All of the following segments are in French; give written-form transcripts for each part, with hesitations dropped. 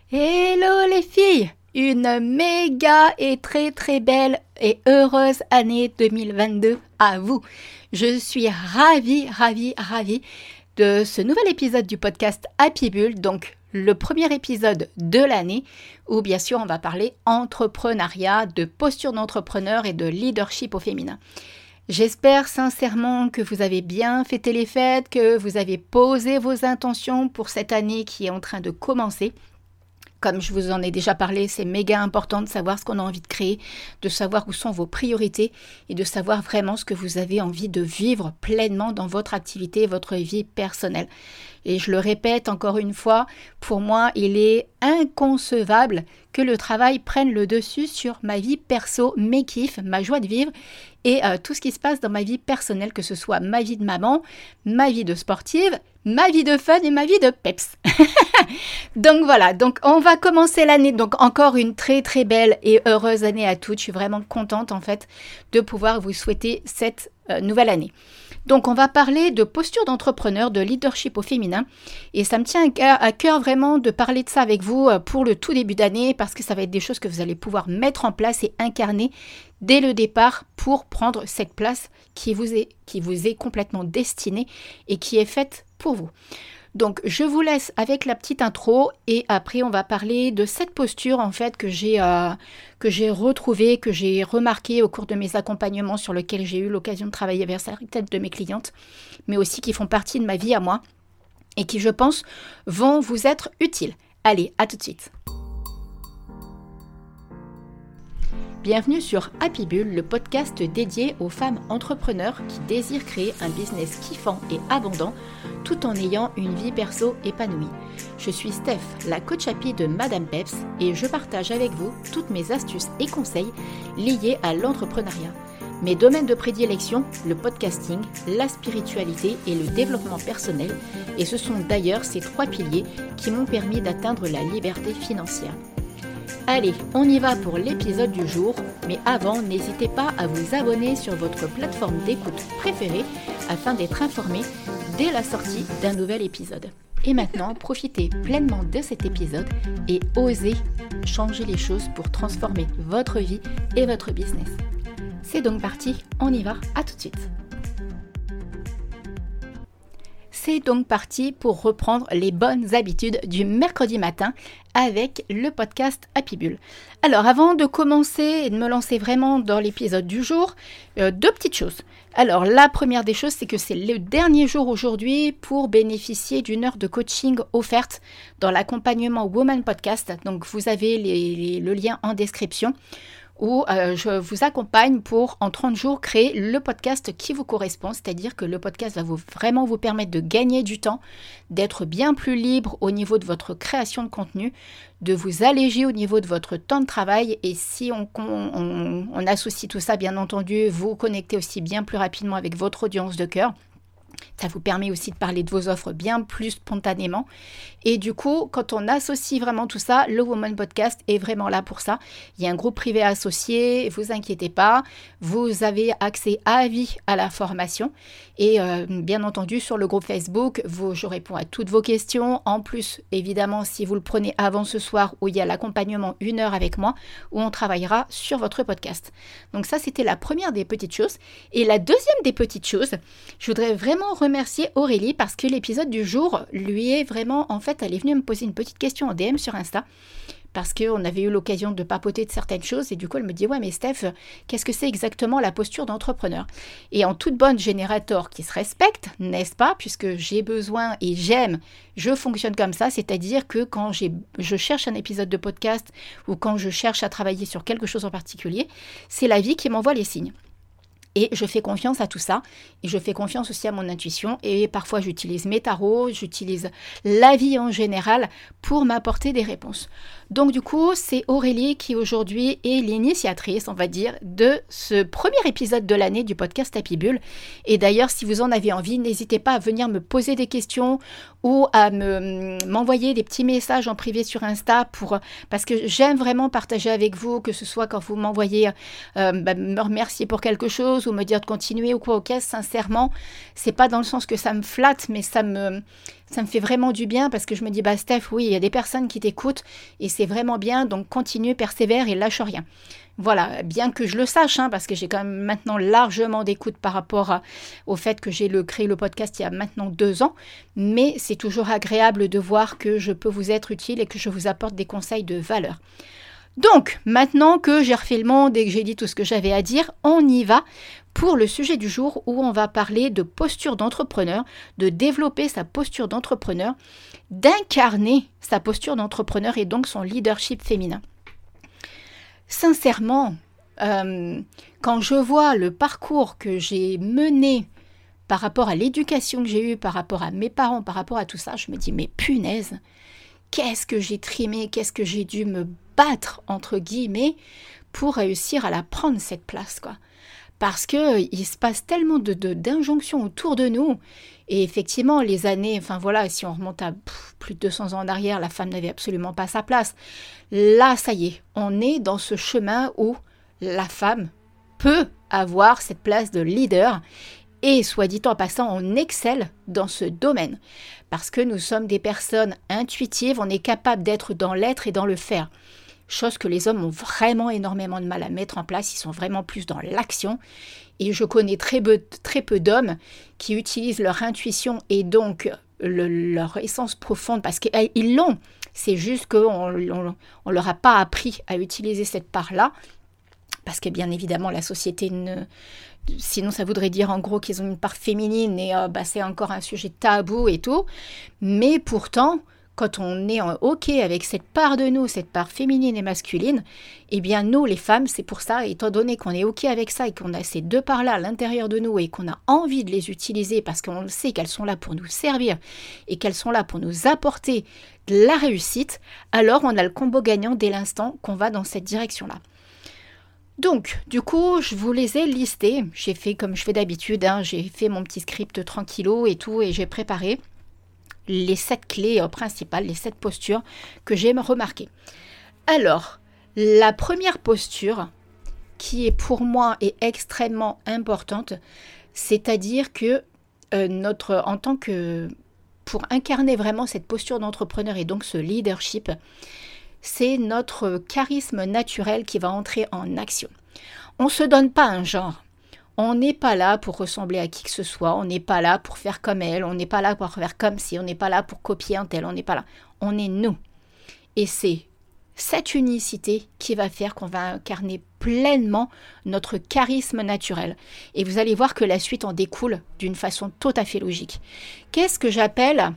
Hello les filles, une méga et très très belle et heureuse année 2022 à vous. Je suis ravie de ce nouvel épisode du podcast Happy Bull, donc le premier épisode de l'année où bien sûr on va parler entrepreneuriat, de posture d'entrepreneur et de leadership au féminin. J'espère sincèrement que vous avez bien fêté les fêtes, que vous avez posé vos intentions pour cette année qui est en train de commencer. Comme je vous en ai déjà parlé, c'est méga important de savoir ce qu'on a envie de créer, de savoir où sont vos priorités et de savoir vraiment ce que vous avez envie de vivre pleinement dans votre activité, votre vie personnelle. Et je le répète encore une fois, pour moi, il est inconcevable que le travail prenne le dessus sur ma vie perso, mes kiffs, ma joie de vivre et tout ce qui se passe dans ma vie personnelle, que ce soit ma vie de maman, ma vie de sportive, ma vie de fun et ma vie de peps. Donc voilà, donc on va commencer l'année, donc encore une très très belle et heureuse année à toutes. Je suis vraiment contente en fait de pouvoir vous souhaiter cette nouvelle année. Donc on va parler de posture d'entrepreneur, de leadership au féminin et ça me tient à cœur vraiment de parler de ça avec vous pour le tout début d'année parce que ça va être des choses que vous allez pouvoir mettre en place et incarner dès le départ pour prendre cette place qui vous est complètement destinée et qui est faite pour vous. Donc je vous laisse avec la petite intro et après on va parler de cette posture en fait que j'ai retrouvée, que j'ai remarquée au cours de mes accompagnements sur lesquels j'ai eu l'occasion de travailler avec certaines de mes clientes, mais aussi qui font partie de ma vie à moi et qui je pense vont vous être utiles. Allez, à tout de suite. Bienvenue sur Happy Bull, le podcast dédié aux femmes entrepreneurs qui désirent créer un business kiffant et abondant tout en ayant une vie perso épanouie. Je suis Steph, la coach happy de Madame Peps et je partage avec vous toutes mes astuces et conseils liés à l'entrepreneuriat. Mes domaines de prédilection, le podcasting, la spiritualité et le développement personnel et ce sont d'ailleurs ces 3 piliers qui m'ont permis d'atteindre la liberté financière. Allez, on y va pour l'épisode du jour, mais avant, n'hésitez pas à vous abonner sur votre plateforme d'écoute préférée afin d'être informé dès la sortie d'un nouvel épisode. Et maintenant, profitez pleinement de cet épisode et osez changer les choses pour transformer votre vie et votre business. C'est donc parti, on y va, à tout de suite. C'est donc parti pour reprendre les bonnes habitudes du mercredi matin avec le podcast Happy Bull. Alors avant de commencer et de me lancer vraiment dans l'épisode du jour, 2 petites choses. Alors la première des choses, c'est que c'est le dernier jour aujourd'hui pour bénéficier d'1 heure de coaching offerte dans l'accompagnement Woman Podcast. Donc vous avez le lien en description où je vous accompagne pour, en 30 jours, créer le podcast qui vous correspond. C'est-à-dire que le podcast va vraiment vous permettre de gagner du temps, d'être bien plus libre au niveau de votre création de contenu, de vous alléger au niveau de votre temps de travail. Et si on associe tout ça, bien entendu, vous connectez aussi bien plus rapidement avec votre audience de cœur. Ça vous permet aussi de parler de vos offres bien plus spontanément. Et du coup, quand on associe vraiment tout ça, le Woman Podcast est vraiment là pour ça. Il y a un groupe privé associé, vous inquiétez pas. Vous avez accès à vie à la formation. Et bien entendu, sur le groupe Facebook, je réponds à toutes vos questions. En plus, évidemment, si vous le prenez avant ce soir, où il y a l'accompagnement 1 heure avec moi, où on travaillera sur votre podcast. Donc ça, c'était la première des petites choses. Et la deuxième des petites choses, je voudrais vraiment remercier Aurélie parce que l'épisode du jour lui est vraiment, en fait, elle est venue me poser une petite question en DM sur Insta parce qu'on avait eu l'occasion de papoter de certaines choses et du coup elle me dit « Ouais mais Steph, qu'est-ce que c'est exactement la posture d'entrepreneur ?» Et en toute bonne générateur qui se respecte, n'est-ce pas? Puisque j'ai besoin et j'aime, je fonctionne comme ça, c'est-à-dire que quand je cherche un épisode de podcast ou quand je cherche à travailler sur quelque chose en particulier, c'est la vie qui m'envoie les signes. Et je fais confiance à tout ça, et je fais confiance aussi à mon intuition, et parfois j'utilise mes tarots, j'utilise la vie en général pour m'apporter des réponses. Donc du coup, c'est Aurélie qui aujourd'hui est l'initiatrice, on va dire, de ce premier épisode de l'année du podcast Happy Bull. Et d'ailleurs, si vous en avez envie, n'hésitez pas à venir me poser des questions ou à m'envoyer des petits messages en privé sur Insta parce que j'aime vraiment partager avec vous, que ce soit quand vous m'envoyez me remercier pour quelque chose ou me dire de continuer ou quoi, ok, sincèrement, c'est pas dans le sens que ça me flatte, mais ça me Ça me fait vraiment du bien parce que je me dis, Steph, oui, il y a des personnes qui t'écoutent et c'est vraiment bien, donc continue, persévère et lâche rien. Voilà, bien que je le sache, parce que j'ai quand même maintenant largement d'écoute par rapport au fait que j'ai créé le podcast il y a maintenant 2 ans, mais c'est toujours agréable de voir que je peux vous être utile et que je vous apporte des conseils de valeur. Donc, maintenant que j'ai refait le monde et que j'ai dit tout ce que j'avais à dire, on y va pour le sujet du jour où on va parler de posture d'entrepreneur, de développer sa posture d'entrepreneur, d'incarner sa posture d'entrepreneur et donc son leadership féminin. Sincèrement, quand je vois le parcours que j'ai mené par rapport à l'éducation que j'ai eue, par rapport à mes parents, par rapport à tout ça, je me dis, mais punaise, qu'est-ce que j'ai trimé, qu'est-ce que j'ai dû me battre, entre guillemets, pour réussir à la prendre, cette place, quoi. Parce qu'il se passe tellement d'injonctions autour de nous. Et effectivement, les années, si on remonte à plus de 200 ans en arrière, la femme n'avait absolument pas sa place. Là, ça y est, on est dans ce chemin où la femme peut avoir cette place de leader. Et soit dit en passant, on excelle dans ce domaine. Parce que nous sommes des personnes intuitives, on est capable d'être dans l'être et dans le faire. Chose que les hommes ont vraiment énormément de mal à mettre en place, ils sont vraiment plus dans l'action. Et je connais très peu d'hommes qui utilisent leur intuition et donc leur essence profonde, parce qu'ils l'ont. C'est juste qu'on ne leur a pas appris à utiliser cette part-là, parce que bien évidemment la société sinon ça voudrait dire en gros qu'ils ont une part féminine et c'est encore un sujet tabou et tout. Mais pourtant, quand on est OK avec cette part de nous, cette part féminine et masculine, eh bien nous les femmes, c'est pour ça, étant donné qu'on est OK avec ça et qu'on a ces deux parts-là à l'intérieur de nous et qu'on a envie de les utiliser parce qu'on sait qu'elles sont là pour nous servir et qu'elles sont là pour nous apporter de la réussite, alors on a le combo gagnant dès l'instant qu'on va dans cette direction-là. Donc, du coup, je vous les ai listés. J'ai fait comme je fais d'habitude, j'ai fait mon petit script tranquillo et tout, et j'ai préparé les 7 clés principales, les 7 postures que j'ai remarquées. Alors, la première posture, qui est pour moi est extrêmement importante, c'est-à-dire que pour incarner vraiment cette posture d'entrepreneur et donc ce leadership, c'est notre charisme naturel qui va entrer en action. On ne se donne pas un genre. On n'est pas là pour ressembler à qui que ce soit. On n'est pas là pour faire comme elle. On n'est pas là pour faire comme si. On n'est pas là pour copier un tel. On n'est pas là. On est nous. Et c'est cette unicité qui va faire qu'on va incarner pleinement notre charisme naturel. Et vous allez voir que la suite en découle d'une façon tout à fait logique. Qu'est-ce que j'appelle...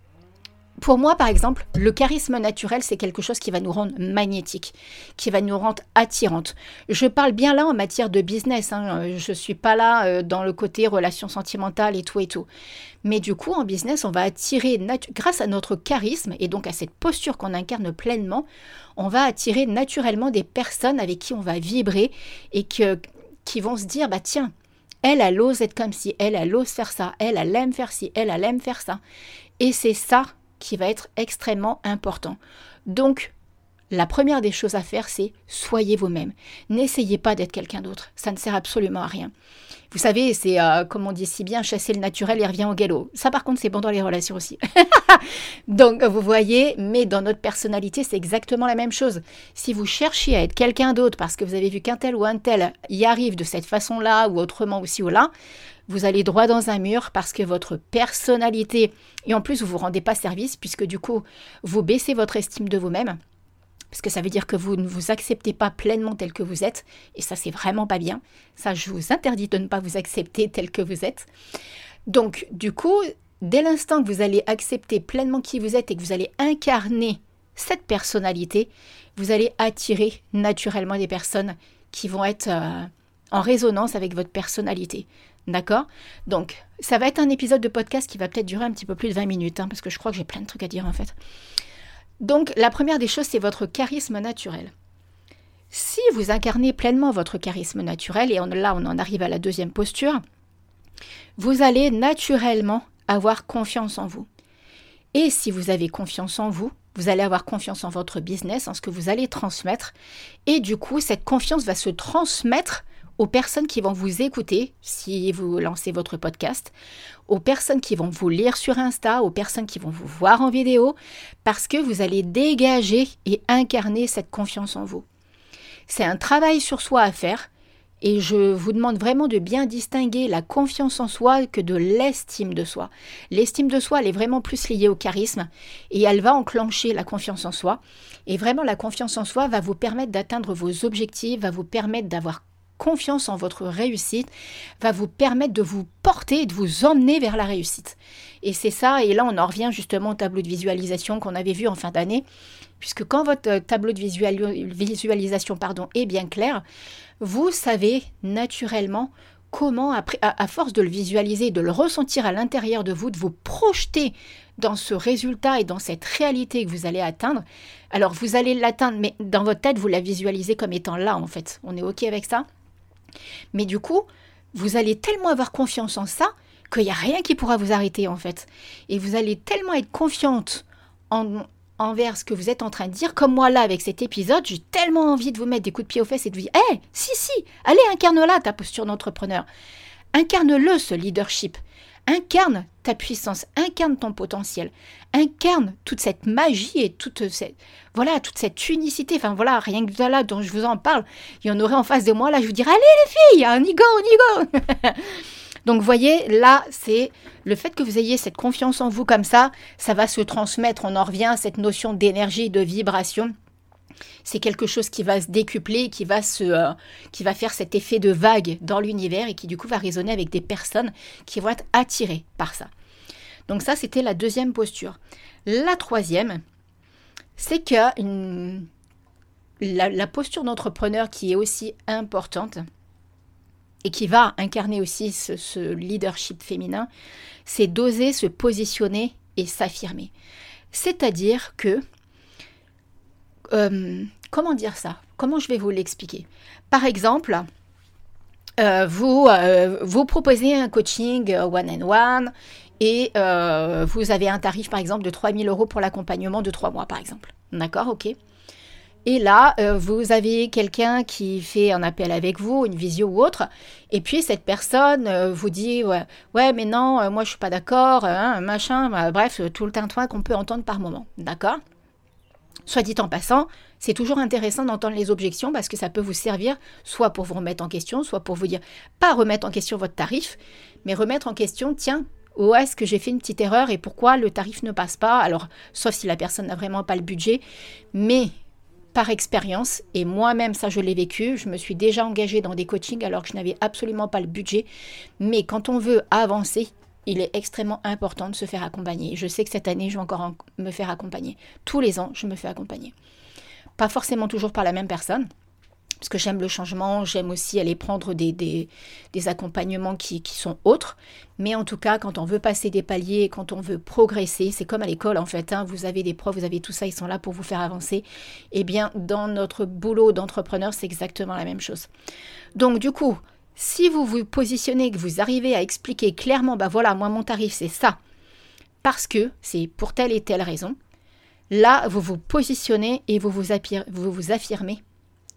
Pour moi, par exemple, le charisme naturel, c'est quelque chose qui va nous rendre magnétiques, qui va nous rendre attirantes. Je parle bien là en matière de business, je ne suis pas là dans le côté relations sentimentales et tout. Mais du coup, en business, on va attirer, grâce à notre charisme et donc à cette posture qu'on incarne pleinement, on va attirer naturellement des personnes avec qui on va vibrer et qui vont se dire, tiens, elle ose être comme ci, elle ose faire ça, elle aime faire ci, elle aime faire ça. Et c'est ça qui va être extrêmement important. Donc, la première des choses à faire, c'est soyez vous-même. N'essayez pas d'être quelqu'un d'autre. Ça ne sert absolument à rien. Vous savez, c'est comme on dit si bien, chasser le naturel et revient au galop. Ça, par contre, c'est bon dans les relations aussi. Donc, vous voyez, mais dans notre personnalité, c'est exactement la même chose. Si vous cherchez à être quelqu'un d'autre parce que vous avez vu qu'un tel ou un tel y arrive de cette façon-là ou autrement aussi ou là, vous allez droit dans un mur parce que votre personnalité, et en plus vous ne vous rendez pas service puisque du coup vous baissez votre estime de vous-même, parce que ça veut dire que vous ne vous acceptez pas pleinement tel que vous êtes, et ça c'est vraiment pas bien, ça je vous interdis de ne pas vous accepter tel que vous êtes. Donc du coup, dès l'instant que vous allez accepter pleinement qui vous êtes et que vous allez incarner cette personnalité, vous allez attirer naturellement des personnes qui vont être en résonance avec votre personnalité. D'accord ? Donc, ça va être un épisode de podcast qui va peut-être durer un petit peu plus de 20 minutes, parce que je crois que j'ai plein de trucs à dire en fait. Donc, la première des choses, c'est votre charisme naturel. Si vous incarnez pleinement votre charisme naturel, et là on en arrive à la deuxième posture, vous allez naturellement avoir confiance en vous. Et si vous avez confiance en vous, vous allez avoir confiance en votre business, en ce que vous allez transmettre, et du coup, cette confiance va se transmettre aux personnes qui vont vous écouter si vous lancez votre podcast, aux personnes qui vont vous lire sur Insta, aux personnes qui vont vous voir en vidéo, parce que vous allez dégager et incarner cette confiance en vous. C'est un travail sur soi à faire et je vous demande vraiment de bien distinguer la confiance en soi que de l'estime de soi. L'estime de soi, elle est vraiment plus liée au charisme et elle va enclencher la confiance en soi. Et vraiment, la confiance en soi va vous permettre d'atteindre vos objectifs, va vous permettre d'avoir confiance en votre réussite, va vous permettre de vous porter et de vous emmener vers la réussite. Et c'est ça, et là on en revient justement au tableau de visualisation qu'on avait vu en fin d'année, puisque quand votre tableau de visualisation est bien clair, vous savez naturellement comment, à force de le visualiser, de le ressentir à l'intérieur de vous projeter dans ce résultat et dans cette réalité que vous allez atteindre. Alors vous allez l'atteindre, mais dans votre tête, vous la visualisez comme étant là en fait. On est OK avec ça ? Mais du coup, vous allez tellement avoir confiance en ça qu'il n'y a rien qui pourra vous arrêter en fait. Et vous allez tellement être confiante envers ce que vous êtes en train de dire, comme moi là avec cet épisode, j'ai tellement envie de vous mettre des coups de pied aux fesses et de vous dire « Hé, si, allez, incarne-la ta posture d'entrepreneur. Incarne-le ce leadership. Incarne ta puissance, incarne ton potentiel, incarne toute cette magie et toute cette unicité. Enfin voilà, rien que là dont je vous en parle, il y en aurait en face de moi, là je vous dirais, allez les filles, on y go. Donc vous voyez, là, c'est le fait que vous ayez cette confiance en vous comme ça va se transmettre, on en revient à cette notion d'énergie, de vibration. C'est quelque chose qui va se décupler, qui va faire cet effet de vague dans l'univers et qui du coup va résonner avec des personnes qui vont être attirées par ça. Donc ça, c'était la deuxième posture. La troisième, c'est que la posture d'entrepreneur qui est aussi importante et qui va incarner aussi ce leadership féminin, c'est d'oser se positionner et s'affirmer. C'est-à-dire que comment dire ça ? Comment je vais vous l'expliquer ? Par exemple, vous proposez un coaching one-on-one et vous avez un tarif par exemple de 3 000 € pour l'accompagnement de 3 mois par exemple. D'accord, ok. Et là, vous avez quelqu'un qui fait un appel avec vous, une visio ou autre, et puis cette personne vous dit « Ouais, mais non, moi je suis pas d'accord, machin, bref, tout le tintouin qu'on peut entendre par moment. » D'accord ? Soit dit en passant, c'est toujours intéressant d'entendre les objections parce que ça peut vous servir soit pour vous remettre en question, soit pour vous dire, pas remettre en question votre tarif, mais remettre en question, tiens, où est-ce que j'ai fait une petite erreur et pourquoi le tarif ne passe pas ? Alors, sauf si la personne n'a vraiment pas le budget, mais par expérience, et moi-même ça je l'ai vécu, je me suis déjà engagée dans des coachings alors que je n'avais absolument pas le budget, mais quand on veut avancer, il est extrêmement important de se faire accompagner. Je sais que cette année, je vais encore me faire accompagner. Tous les ans, je me fais accompagner. Pas forcément toujours par la même personne, parce que j'aime le changement, j'aime aussi aller prendre des accompagnements qui sont autres. Mais en tout cas, quand on veut passer des paliers, quand on veut progresser, c'est comme à l'école en fait. Vous avez des profs, vous avez tout ça, ils sont là pour vous faire avancer. Eh bien, dans notre boulot d'entrepreneur, c'est exactement la même chose. Donc du coup, si vous vous positionnez, que vous arrivez à expliquer clairement, voilà, moi mon tarif c'est ça, parce que c'est pour telle et telle raison, là vous vous positionnez et vous vous affirmez.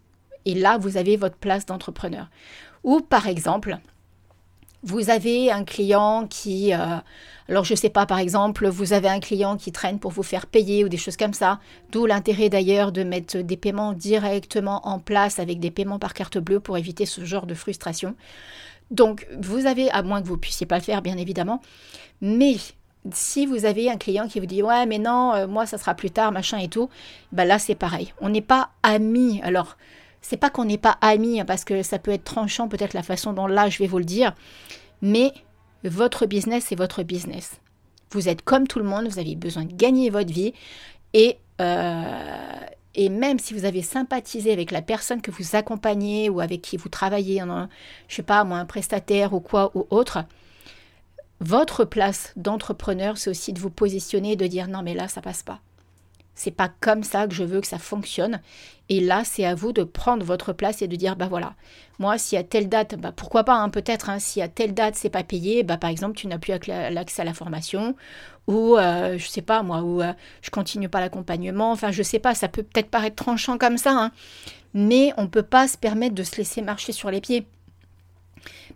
Et là vous avez votre place d'entrepreneur. Ou par exemple, vous avez un client qui, alors je ne sais pas, par exemple, vous avez un client qui traîne pour vous faire payer ou des choses comme ça, d'où l'intérêt d'ailleurs de mettre des paiements directement en place avec des paiements par carte bleue pour éviter ce genre de frustration. Donc vous avez, à moins que vous ne puissiez pas le faire bien évidemment, mais si vous avez un client qui vous dit « Ouais mais non, moi ça sera plus tard, machin et tout », là c'est pareil, on n'est pas amis. Alors c'est pas qu'on n'est pas amis, parce que ça peut être tranchant peut-être la façon dont là je vais vous le dire, mais votre business c'est votre business. Vous êtes comme tout le monde, vous avez besoin de gagner votre vie et même si vous avez sympathisé avec la personne que vous accompagnez ou avec qui vous travaillez, je sais pas moi, un prestataire ou quoi ou autre, votre place d'entrepreneur c'est aussi de vous positionner et de dire non mais là ça passe pas. C'est pas comme ça que je veux que ça fonctionne. Et là, c'est à vous de prendre votre place et de dire, voilà, moi, si à telle date, pourquoi pas, peut-être, si à telle date, c'est pas payé, par exemple, tu n'as plus l'accès à la formation, ou, je sais pas, moi, ou je continue pas l'accompagnement, enfin, je sais pas, ça peut peut-être paraître tranchant comme ça, mais on peut pas se permettre de se laisser marcher sur les pieds.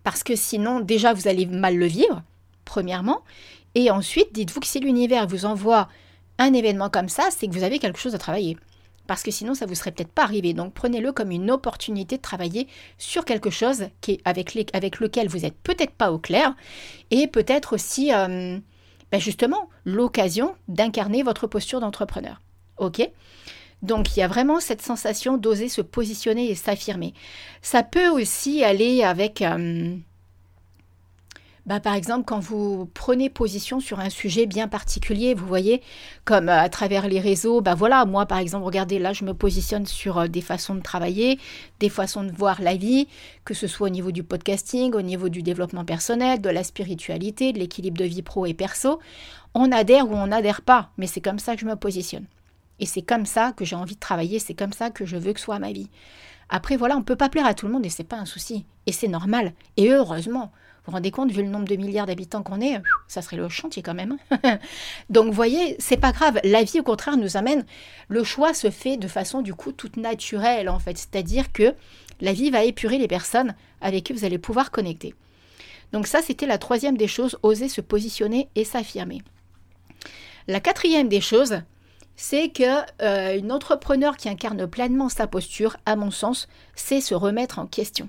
Parce que sinon, déjà, vous allez mal le vivre, premièrement. Et ensuite, dites-vous que si l'univers vous envoie un événement comme ça, c'est que vous avez quelque chose à travailler. Parce que sinon, ça ne vous serait peut-être pas arrivé. Donc, prenez-le comme une opportunité de travailler sur quelque chose avec lequel vous n'êtes peut-être pas au clair. Et peut-être aussi, justement, l'occasion d'incarner votre posture d'entrepreneur. OK ? Donc, il y a vraiment cette sensation d'oser se positionner et s'affirmer. Ça peut aussi aller avec, par exemple, quand vous prenez position sur un sujet bien particulier, vous voyez, comme à travers les réseaux, moi, par exemple, regardez, là, je me positionne sur des façons de travailler, des façons de voir la vie, que ce soit au niveau du podcasting, au niveau du développement personnel, de la spiritualité, de l'équilibre de vie pro et perso. On adhère ou on n'adhère pas, mais c'est comme ça que je me positionne. Et c'est comme ça que j'ai envie de travailler, c'est comme ça que je veux que soit ma vie. Après, voilà, on ne peut pas plaire à tout le monde et c'est pas un souci. Et c'est normal. Et heureusement, vous vous rendez compte, vu le nombre de milliards d'habitants qu'on est, ça serait le chantier quand même. Donc, vous voyez, c'est pas grave. La vie, au contraire, nous amène... Le choix se fait de façon, du coup, toute naturelle, en fait. C'est-à-dire que la vie va épurer les personnes avec qui vous allez pouvoir connecter. Donc ça, c'était la troisième des choses, oser se positionner et s'affirmer. La quatrième des choses... c'est qu'une entrepreneur qui incarne pleinement sa posture, à mon sens, c'est se remettre en question.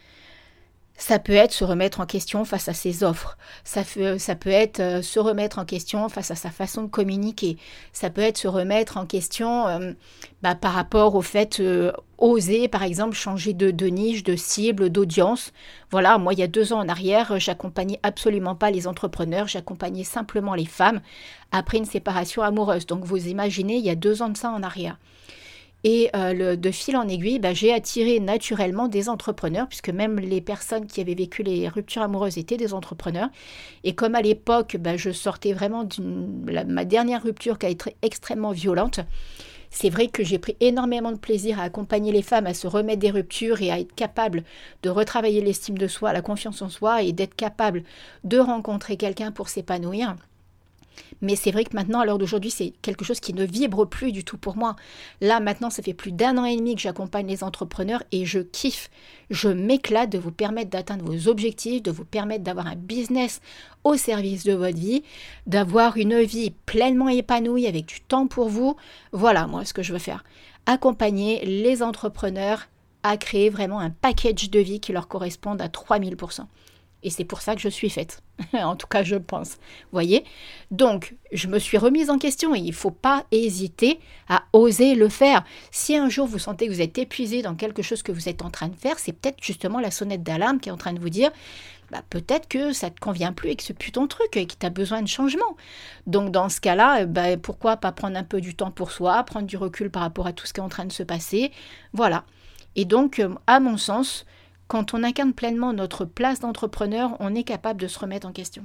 Ça peut être se remettre en question face à ses offres. Ça peut être se remettre en question face à sa façon de communiquer. Ça peut être se remettre en question par rapport au fait oser, par exemple, changer de niche, de cible, d'audience. Voilà, moi, il y a 2 ans en arrière, j'accompagnais absolument pas les entrepreneurs, j'accompagnais simplement les femmes après une séparation amoureuse. Donc, vous imaginez, il y a 2 ans de ça en arrière. Et de fil en aiguille, j'ai attiré naturellement des entrepreneurs, puisque même les personnes qui avaient vécu les ruptures amoureuses étaient des entrepreneurs. Et comme à l'époque, je sortais vraiment ma dernière rupture qui a été extrêmement violente, c'est vrai que j'ai pris énormément de plaisir à accompagner les femmes à se remettre des ruptures et à être capable de retravailler l'estime de soi, la confiance en soi et d'être capable de rencontrer quelqu'un pour s'épanouir. Mais c'est vrai que maintenant, à l'heure d'aujourd'hui, c'est quelque chose qui ne vibre plus du tout pour moi. Là, maintenant, ça fait plus d'1 an et demi que j'accompagne les entrepreneurs et je kiffe. Je m'éclate de vous permettre d'atteindre vos objectifs, de vous permettre d'avoir un business au service de votre vie, d'avoir une vie pleinement épanouie avec du temps pour vous. Voilà, moi, ce que je veux faire. Accompagner les entrepreneurs à créer vraiment un package de vie qui leur corresponde à 3000%. Et c'est pour ça que je suis faite. En tout cas, je pense. Voyez ? Donc, je me suis remise en question et il ne faut pas hésiter à oser le faire. Si un jour vous sentez que vous êtes épuisé dans quelque chose que vous êtes en train de faire, c'est peut-être justement la sonnette d'alarme qui est en train de vous dire peut-être que ça ne te convient plus et que ce plus ton truc et que tu as besoin de changement. Donc, dans ce cas-là, pourquoi pas prendre un peu du temps pour soi, prendre du recul par rapport à tout ce qui est en train de se passer. Voilà. Et donc, à mon sens, quand on incarne pleinement notre place d'entrepreneur, on est capable de se remettre en question.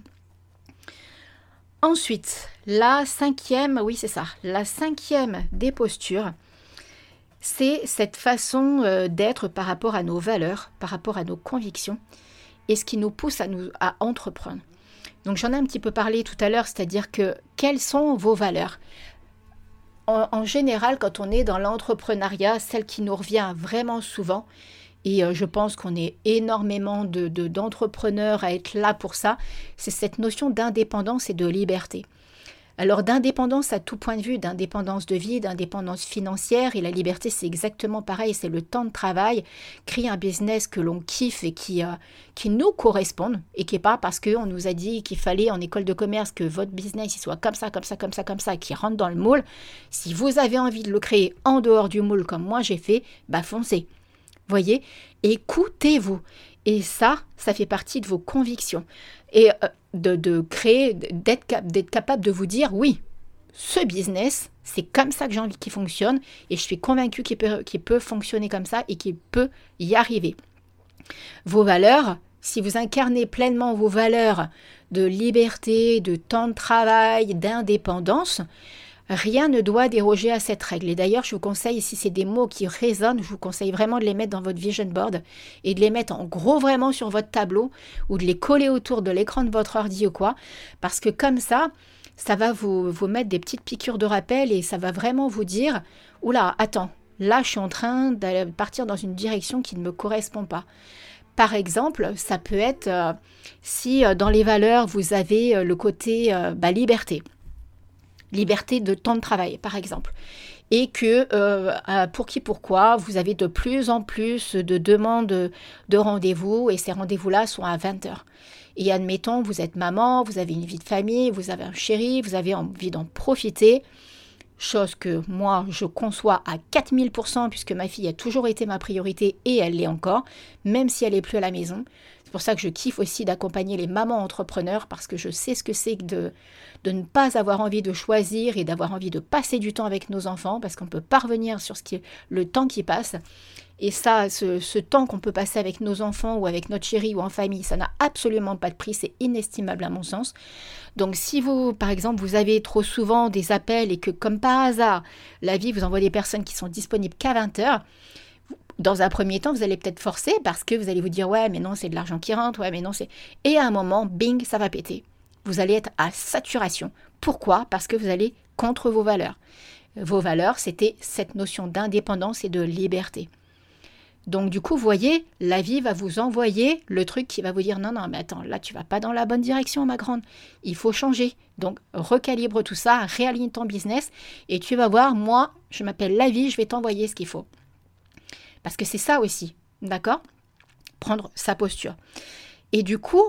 Ensuite, la cinquième des postures, c'est cette façon d'être par rapport à nos valeurs, par rapport à nos convictions, et ce qui nous pousse à entreprendre. Donc j'en ai un petit peu parlé tout à l'heure, c'est-à-dire que quelles sont vos valeurs ? En général, quand on est dans l'entrepreneuriat, celle qui nous revient vraiment souvent, et je pense qu'on est énormément d'entrepreneurs à être là pour ça, c'est cette notion d'indépendance et de liberté. Alors d'indépendance à tout point de vue, d'indépendance de vie, d'indépendance financière, et la liberté c'est exactement pareil, c'est le temps de travail, créer un business que l'on kiffe et qui nous corresponde, et qui n'est pas parce qu'on nous a dit qu'il fallait en école de commerce que votre business il soit comme ça, qui rentre dans le moule. Si vous avez envie de le créer en dehors du moule comme moi j'ai fait, foncez. Voyez, écoutez-vous. Et ça fait partie de vos convictions. Et d'être capable de vous dire, oui, ce business, c'est comme ça que j'ai envie qu'il fonctionne et je suis convaincue qu'il peut fonctionner comme ça et qu'il peut y arriver. Vos valeurs, si vous incarnez pleinement vos valeurs de liberté, de temps de travail, d'indépendance, rien ne doit déroger à cette règle. Et d'ailleurs, je vous conseille, si c'est des mots qui résonnent, je vous conseille vraiment de les mettre dans votre vision board et de les mettre en gros vraiment sur votre tableau ou de les coller autour de l'écran de votre ordi ou quoi. Parce que comme ça va vous mettre des petites piqûres de rappel et ça va vraiment vous dire « Oula, attends, là je suis en train de partir dans une direction qui ne me correspond pas ». Par exemple, ça peut être si dans les valeurs, vous avez le côté liberté. Liberté de temps de travail, par exemple. Et que, pour qui, pourquoi, vous avez de plus en plus de demandes de rendez-vous et ces rendez-vous-là sont à 20h. Et admettons, vous êtes maman, vous avez une vie de famille, vous avez un chéri, vous avez envie d'en profiter. Chose que moi, je conçois à 4000%, puisque ma fille a toujours été ma priorité et elle l'est encore, même si elle n'est plus à la maison. C'est pour ça que je kiffe aussi d'accompagner les mamans entrepreneurs, parce que je sais ce que c'est que de ne pas avoir envie de choisir et d'avoir envie de passer du temps avec nos enfants, parce qu'on peut pas revenir sur le temps qui passe. Et ça, ce temps qu'on peut passer avec nos enfants ou avec notre chéri ou en famille, ça n'a absolument pas de prix, c'est inestimable à mon sens. Donc si vous, par exemple, vous avez trop souvent des appels et que comme par hasard, la vie vous envoie des personnes qui sont disponibles qu'à 20h, dans un premier temps, vous allez peut-être forcer parce que vous allez vous dire « ouais, mais non, c'est de l'argent qui rentre, ouais, mais non, c'est… » Et à un moment, bing, ça va péter. Vous allez être à saturation. Pourquoi ? Parce que vous allez contre vos valeurs. Vos valeurs, c'était cette notion d'indépendance et de liberté. Donc du coup, vous voyez, la vie va vous envoyer le truc qui va vous dire « non, mais attends, là, tu vas pas dans la bonne direction, ma grande. Il faut changer. » Donc, recalibre tout ça, réaligne ton business et tu vas voir, moi, je m'appelle la vie, je vais t'envoyer ce qu'il faut. Parce que c'est ça aussi, d'accord ? Prendre sa posture. Et du coup,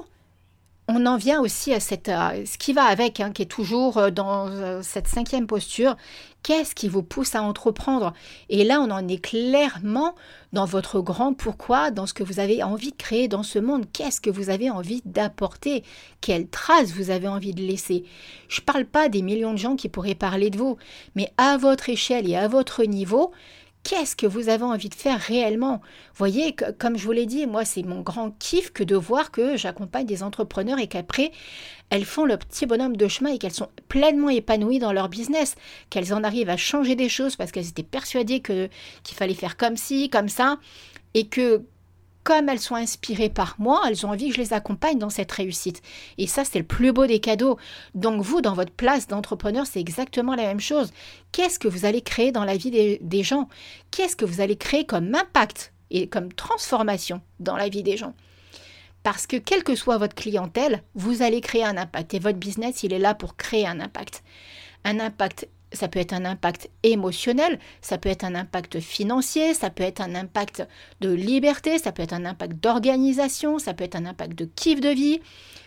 on en vient aussi à ce qui va avec, qui est toujours dans cette 5e posture. Qu'est-ce qui vous pousse à entreprendre ? Et là, on en est clairement dans votre grand pourquoi, dans ce que vous avez envie de créer dans ce monde. Qu'est-ce que vous avez envie d'apporter ? Quelle trace vous avez envie de laisser ? Je ne parle pas des millions de gens qui pourraient parler de vous, mais à votre échelle et à votre niveau, qu'est-ce que vous avez envie de faire réellement ? Vous voyez, comme je vous l'ai dit, moi, c'est mon grand kiff que de voir que j'accompagne des entrepreneurs et qu'après, elles font le petit bonhomme de chemin et qu'elles sont pleinement épanouies dans leur business, qu'elles en arrivent à changer des choses parce qu'elles étaient persuadées qu'il fallait faire comme ci, comme ça, et que comme elles sont inspirées par moi, elles ont envie que je les accompagne dans cette réussite. Et ça, c'est le plus beau des cadeaux. Donc vous, dans votre place d'entrepreneur, c'est exactement la même chose. Qu'est-ce que vous allez créer dans la vie des gens ? Qu'est-ce que vous allez créer comme impact et comme transformation dans la vie des gens ? Parce que quelle que soit votre clientèle, vous allez créer un impact. Et votre business, il est là pour créer un impact. Un impact, ça peut être un impact émotionnel, ça peut être un impact financier, ça peut être un impact de liberté, ça peut être un impact d'organisation, ça peut être un impact de kiff de vie,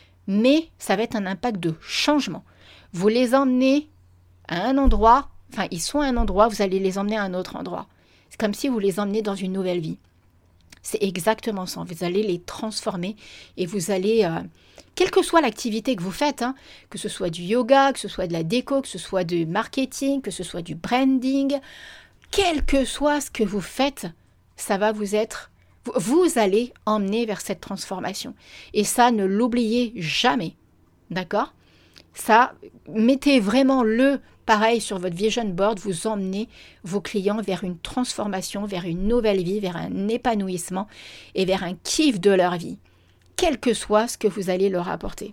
mais ça va être un impact de changement. Vous les emmenez à un endroit, enfin ils sont à un endroit, vous allez les emmener à un autre endroit. C'est comme si vous les emmenez dans une nouvelle vie. C'est exactement ça, vous allez les transformer et vous allez, quelle que soit l'activité que vous faites, que ce soit du yoga, que ce soit de la déco, que ce soit du marketing, que ce soit du branding, quel que soit ce que vous faites, ça va vous allez emmener vers cette transformation. Et ça, ne l'oubliez jamais, d'accord ? Ça, mettez vraiment pareil sur votre vision board, vous emmenez vos clients vers une transformation, vers une nouvelle vie, vers un épanouissement et vers un kiff de leur vie, quel que soit ce que vous allez leur apporter.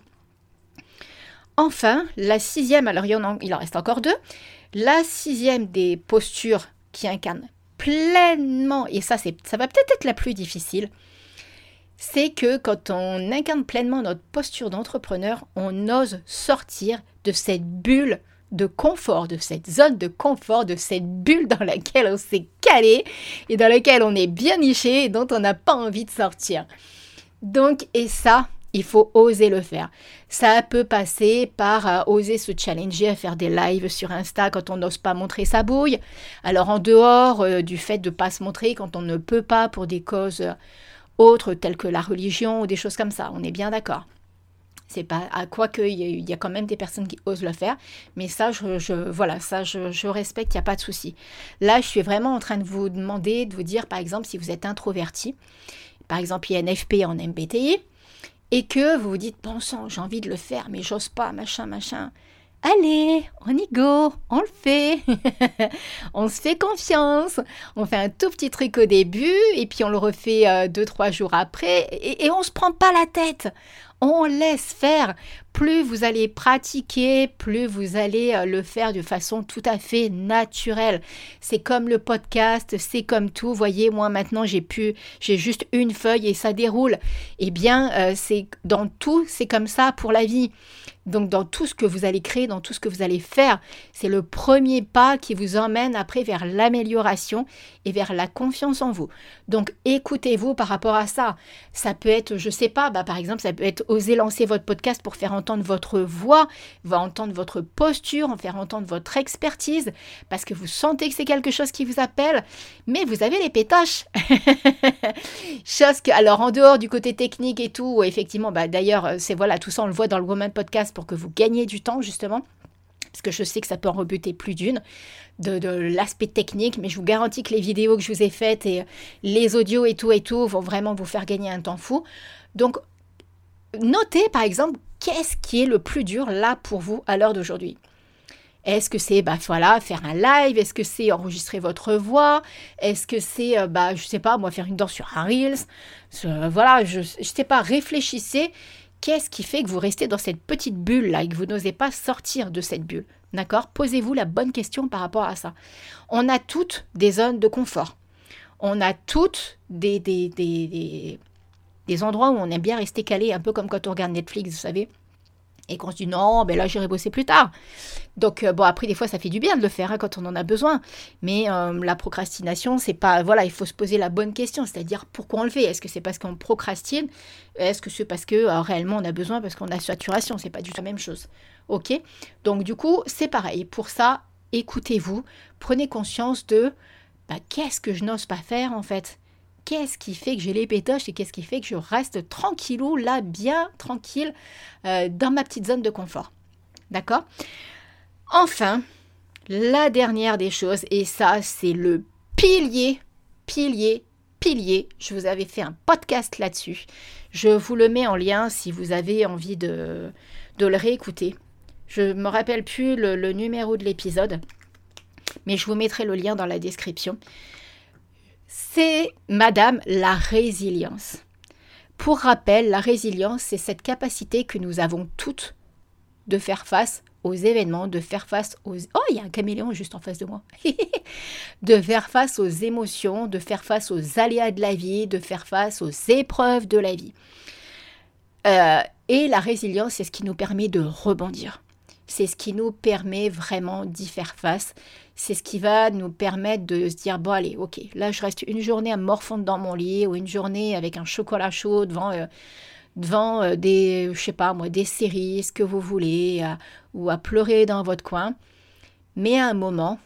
Enfin, la 6e, alors il en reste encore 2, la 6e des postures qui incarne pleinement, et ça va peut-être être la plus difficile, c'est que quand on incarne pleinement notre posture d'entrepreneur, on ose sortir de cette bulle de confort, de cette zone de confort, de cette bulle dans laquelle on s'est calé et dans laquelle on est bien niché et dont on n'a pas envie de sortir. Donc, et ça, il faut oser le faire. Ça peut passer par oser se challenger à faire des lives sur Insta quand on n'ose pas montrer sa bouille. Alors, en dehors du fait de ne pas se montrer quand on ne peut pas pour des causes autres telles que la religion ou des choses comme ça, on est bien d'accord. C'est pas à quoi qu'il y a quand même des personnes qui osent le faire, mais ça, je respecte, il n'y a pas de souci. Là, je suis vraiment en train de vous demander, de vous dire, par exemple, si vous êtes introverti, par exemple, INFP en MBTI, et que vous vous dites, bon sang, j'ai envie de le faire, mais j'ose pas, machin. Allez, on y go, on le fait, on se fait confiance, on fait un tout petit truc au début et puis on le refait 2-3 jours après et on se prend pas la tête, on laisse faire plus vous allez pratiquer, plus vous allez le faire de façon tout à fait naturelle. C'est comme le podcast, c'est comme tout. Vous voyez, moi maintenant, j'ai juste une feuille et ça déroule. Eh bien, c'est dans tout, c'est comme ça pour la vie. Donc, dans tout ce que vous allez créer, dans tout ce que vous allez faire, c'est le premier pas qui vous emmène après vers l'amélioration et vers la confiance en vous. Donc, écoutez-vous par rapport à ça. Ça peut être, je sais pas, par exemple, ça peut être oser lancer votre podcast pour faire entendre votre voix, va entendre votre posture, en faire entendre votre expertise, parce que vous sentez que c'est quelque chose qui vous appelle, mais vous avez les pétoches. Chose que, alors, en dehors du côté technique et tout, effectivement, d'ailleurs, c'est voilà, tout ça, on le voit dans le Woman Podcast, pour que vous gagniez du temps justement, parce que je sais que ça peut en rebuter plus d'une, de l'aspect technique, mais je vous garantis que les vidéos que je vous ai faites et les audios et tout vont vraiment vous faire gagner un temps fou. Donc, notez par exemple, qu'est-ce qui est le plus dur là pour vous à l'heure d'aujourd'hui ? Est-ce que c'est faire un live? Est-ce que c'est enregistrer votre voix? Est-ce que c'est, je sais pas, moi, faire une danse sur un Reels? Je sais pas, réfléchissez. Qu'est-ce qui fait que vous restez dans cette petite bulle-là et que vous n'osez pas sortir de cette bulle? D'accord? Posez-vous la bonne question par rapport à ça. On a toutes des zones de confort. On a toutes des endroits où on aime bien rester calé, un peu comme quand on regarde Netflix, vous savez, et qu'on se dit non, là j'irai bosser plus tard. Donc après des fois ça fait du bien de le faire quand on en a besoin, mais la procrastination c'est pas, il faut se poser la bonne question, c'est-à-dire pourquoi on le fait. Est-ce que c'est parce qu'on procrastine? Est-ce que c'est parce que réellement on a besoin, parce qu'on a saturation? C'est pas du tout la même chose. Ok, donc du coup c'est pareil. Pour ça, écoutez-vous, prenez conscience de qu'est-ce que je n'ose pas faire en fait. Qu'est-ce qui fait que j'ai les pétoches et qu'est-ce qui fait que je reste tranquillou, là, bien tranquille, dans ma petite zone de confort. D'accord? Enfin, la dernière des choses, et ça, c'est le pilier. Je vous avais fait un podcast là-dessus. Je vous le mets en lien si vous avez envie de le réécouter. Je ne me rappelle plus le numéro de l'épisode, mais je vous mettrai le lien dans la description. C'est Madame la résilience. Pour rappel, la résilience, c'est cette capacité que nous avons toutes de faire face aux événements, de faire face aux... Oh, il y a un caméléon juste en face de moi. De faire face aux émotions, de faire face aux aléas de la vie, de faire face aux épreuves de la vie. Et la résilience, c'est ce qui nous permet de rebondir. C'est ce qui nous permet vraiment d'y faire face. C'est ce qui va nous permettre de se dire, bon allez, ok, là je reste une journée à me morfondre dans mon lit ou une journée avec un chocolat chaud devant des, je sais pas moi, des séries, ce que vous voulez, ou à pleurer dans votre coin. Mais à un moment,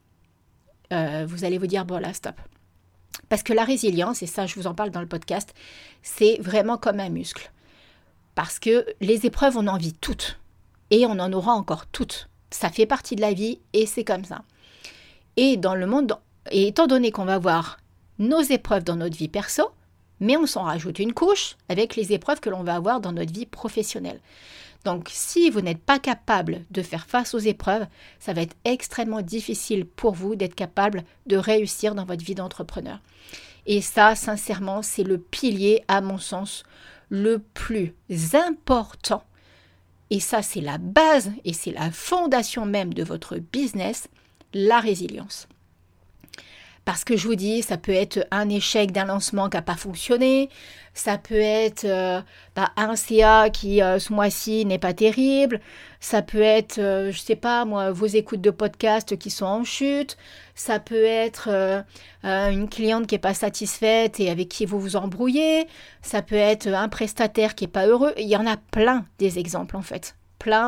vous allez vous dire, bon là, stop. Parce que la résilience, et ça je vous en parle dans le podcast, c'est vraiment comme un muscle. Parce que les épreuves, on en vit toutes. Et on en aura encore toutes. Ça fait partie de la vie et c'est comme ça. Et dans le monde, et étant donné qu'on va voir nos épreuves dans notre vie perso, mais on s'en rajoute une couche avec les épreuves que l'on va avoir dans notre vie professionnelle. Donc si vous n'êtes pas capable de faire face aux épreuves, ça va être extrêmement difficile pour vous d'être capable de réussir dans votre vie d'entrepreneur. Et ça, sincèrement, c'est le pilier, à mon sens, le plus important. Et ça, c'est la base et c'est la fondation même de votre business, la résilience. Parce que je vous dis, ça peut être un échec d'un lancement qui n'a pas fonctionné, ça peut être un CA qui ce mois-ci n'est pas terrible, ça peut être, je sais pas moi, vos écoutes de podcast qui sont en chute, ça peut être une cliente qui n'est pas satisfaite et avec qui vous vous embrouillez, ça peut être un prestataire qui n'est pas heureux, il y en a plein des exemples en fait, plein.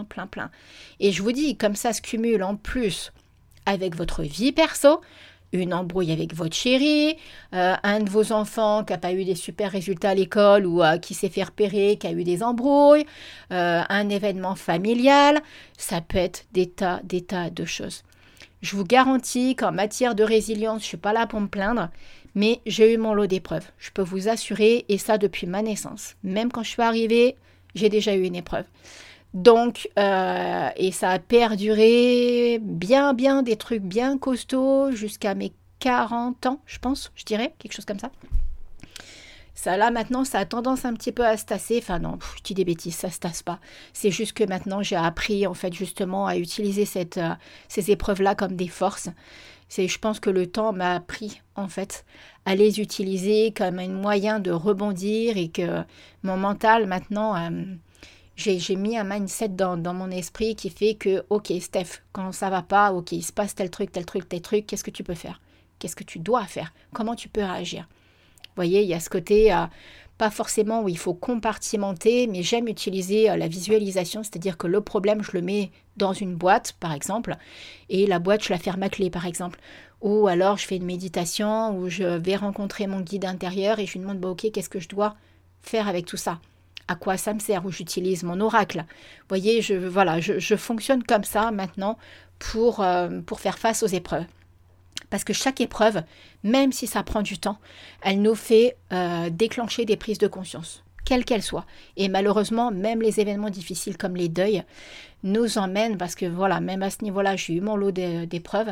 Et je vous dis, comme ça se cumule en plus avec votre vie perso, une embrouille avec votre chéri, un de vos enfants qui n'a pas eu des super résultats à l'école ou qui s'est fait repérer, qui a eu des embrouilles, un événement familial, ça peut être des tas de choses. Je vous garantis qu'en matière de résilience, je ne suis pas là pour me plaindre, mais j'ai eu mon lot d'épreuves. Je peux vous assurer, et ça depuis ma naissance. Même quand je suis arrivée, j'ai déjà eu une épreuve. Donc, et ça a perduré bien des trucs bien costauds jusqu'à mes 40 ans, je pense, je dirais, quelque chose comme ça. Ça, là, maintenant, ça a tendance un petit peu à se tasser. Enfin, non, je dis des bêtises, ça se tasse pas. C'est juste que maintenant, j'ai appris, en fait, justement, à utiliser ces épreuves-là comme des forces. Je pense que le temps m'a appris, en fait, à les utiliser comme un moyen de rebondir et que mon mental, maintenant, j'ai mis un mindset dans mon esprit qui fait que, ok, Steph, quand ça va pas, ok, il se passe tel truc, qu'est-ce que tu peux faire? Qu'est-ce que tu dois faire? Comment tu peux réagir? Vous voyez, il y a ce côté, pas forcément où il faut compartimenter, mais j'aime utiliser la visualisation, c'est-à-dire que le problème, je le mets dans une boîte, par exemple, et la boîte, je la ferme à clé, par exemple. Ou alors, je fais une méditation où je vais rencontrer mon guide intérieur et je lui demande, bah, ok, qu'est-ce que je dois faire avec tout ça? À quoi ça me sert? Où j'utilise mon oracle. Vous voyez, je fonctionne comme ça maintenant pour faire face aux épreuves. Parce que chaque épreuve, même si ça prend du temps, elle nous fait déclencher des prises de conscience, quelles qu'elles soient. Et malheureusement, même les événements difficiles comme les deuils nous emmènent, parce que voilà, même à ce niveau-là, j'ai eu mon lot d'épreuves.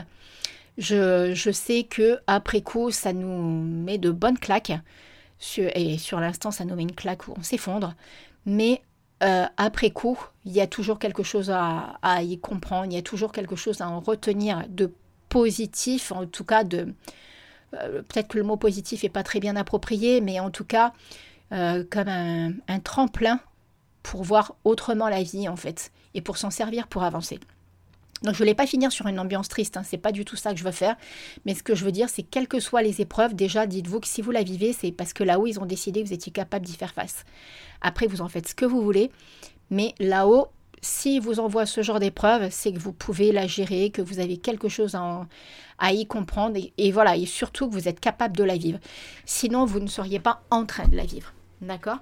Je sais que après coup, ça nous met de bonnes claques. Et sur l'instant, ça nous met une claque où on s'effondre. Mais après coup, il y a toujours quelque chose à y comprendre, il y a toujours quelque chose à en retenir de positif, en tout cas peut-être que le mot positif n'est pas très bien approprié, mais en tout cas comme un tremplin pour voir autrement la vie en fait, et pour s'en servir pour avancer. Donc je ne voulais pas finir sur une ambiance triste, c'est pas du tout ça que je veux faire, mais ce que je veux dire c'est quelles que soient les épreuves, déjà dites-vous que si vous la vivez, c'est parce que là-haut ils ont décidé que vous étiez capable d'y faire face. Après vous en faites ce que vous voulez, mais là-haut, si vous envoie ce genre d'épreuve, c'est que vous pouvez la gérer, que vous avez quelque chose à y comprendre et voilà, et surtout que vous êtes capable de la vivre. Sinon, vous ne seriez pas en train de la vivre. D'accord?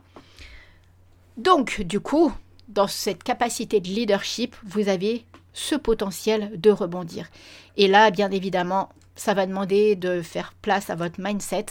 Donc, du coup, dans cette capacité de leadership, vous avez ce potentiel de rebondir. Et là, bien évidemment, ça va demander de faire place à votre mindset,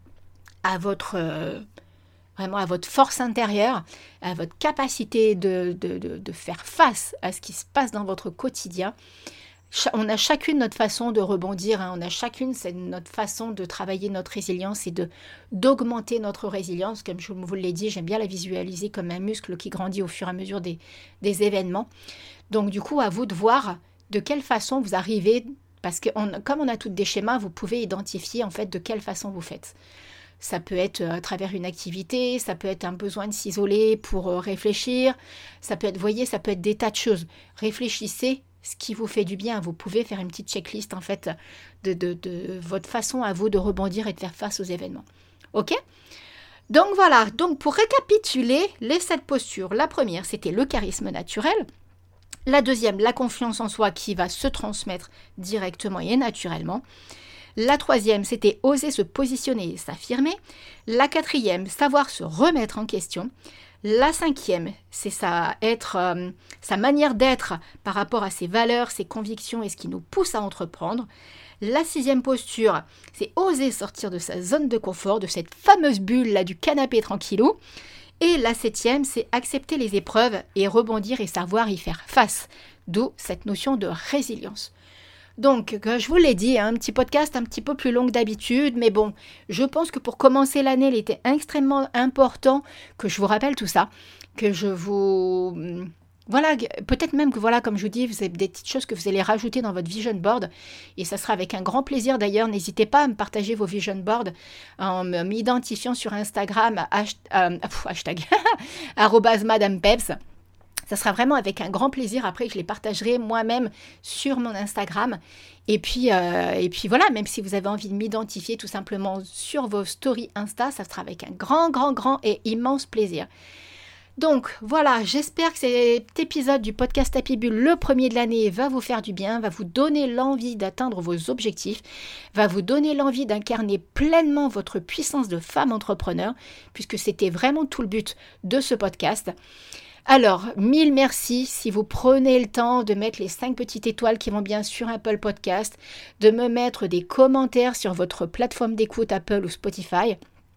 à votre... vraiment à votre force intérieure, à votre capacité de faire face à ce qui se passe dans votre quotidien. On a chacune notre façon de rebondir, on a chacune notre façon de travailler notre résilience et d'augmenter notre résilience. Comme je vous l'ai dit, j'aime bien la visualiser comme un muscle qui grandit au fur et à mesure des événements. Donc du coup, à vous de voir de quelle façon vous arrivez, parce que comme on a toutes des schémas, vous pouvez identifier en fait de quelle façon vous faites. Ça peut être à travers une activité, ça peut être un besoin de s'isoler pour réfléchir, ça peut être, vous voyez, ça peut être des tas de choses. Réfléchissez ce qui vous fait du bien. Vous pouvez faire une petite checklist en fait de votre façon à vous de rebondir et de faire face aux événements. Ok ? Donc voilà, donc pour récapituler les 7 postures, la première c'était le charisme naturel. La deuxième, la confiance en soi qui va se transmettre directement et naturellement. La troisième, c'était oser se positionner et s'affirmer. La quatrième, savoir se remettre en question. La cinquième, c'est sa manière d'être par rapport à ses valeurs, ses convictions et ce qui nous pousse à entreprendre. La sixième posture, c'est oser sortir de sa zone de confort, de cette fameuse bulle là du canapé tranquillou. Et la septième, c'est accepter les épreuves et rebondir et savoir y faire face. D'où cette notion de résilience. Donc, je vous l'ai dit, un petit podcast un petit peu plus long que d'habitude, mais bon, je pense que pour commencer l'année, il était extrêmement important que je vous rappelle tout ça, que je vous... Voilà, peut-être même que voilà, comme je vous dis, vous avez des petites choses que vous allez rajouter dans votre vision board, et ça sera avec un grand plaisir d'ailleurs. N'hésitez pas à me partager vos vision boards en m'identifiant sur Instagram, hashtag, @madamepebs. Ça sera vraiment avec un grand plaisir après que je les partagerai moi-même sur mon Instagram. Et puis voilà, même si vous avez envie de m'identifier tout simplement sur vos stories Insta, ça sera avec un grand et immense plaisir. Donc voilà, j'espère que cet épisode du podcast Happy Bull, le premier de l'année, va vous faire du bien, va vous donner l'envie d'atteindre vos objectifs, va vous donner l'envie d'incarner pleinement votre puissance de femme entrepreneur, puisque c'était vraiment tout le but de ce podcast. Alors, 1000 merci si vous prenez le temps de mettre les 5 petites étoiles qui vont bien sur Apple Podcast, de me mettre des commentaires sur votre plateforme d'écoute Apple ou Spotify,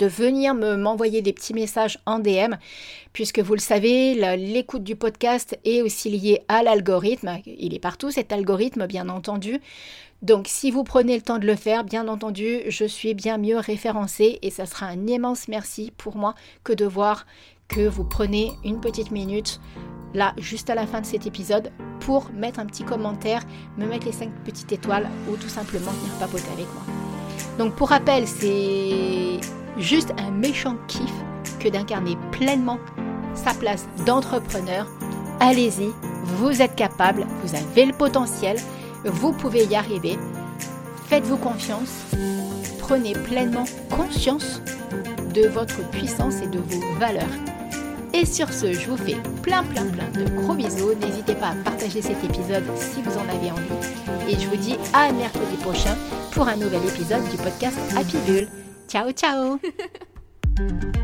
de venir m'envoyer des petits messages en DM, puisque vous le savez, l'écoute du podcast est aussi liée à l'algorithme. Il est partout cet algorithme, bien entendu. Donc si vous prenez le temps de le faire, bien entendu, je suis bien mieux référencée et ça sera un immense merci pour moi que de voir que vous prenez une petite minute, là, juste à la fin de cet épisode, pour mettre un petit commentaire, me mettre les 5 petites étoiles ou tout simplement venir papoter avec moi. Donc pour rappel, c'est juste un méchant kiff que d'incarner pleinement sa place d'entrepreneur. Allez-y, vous êtes capable, vous avez le potentiel, vous pouvez y arriver. Faites-vous confiance, prenez pleinement conscience de votre puissance et de vos valeurs. Et sur ce, je vous fais plein de gros bisous. N'hésitez pas à partager cet épisode si vous en avez envie. Et je vous dis à mercredi prochain pour un nouvel épisode du podcast Happy Bull. Ciao, ciao.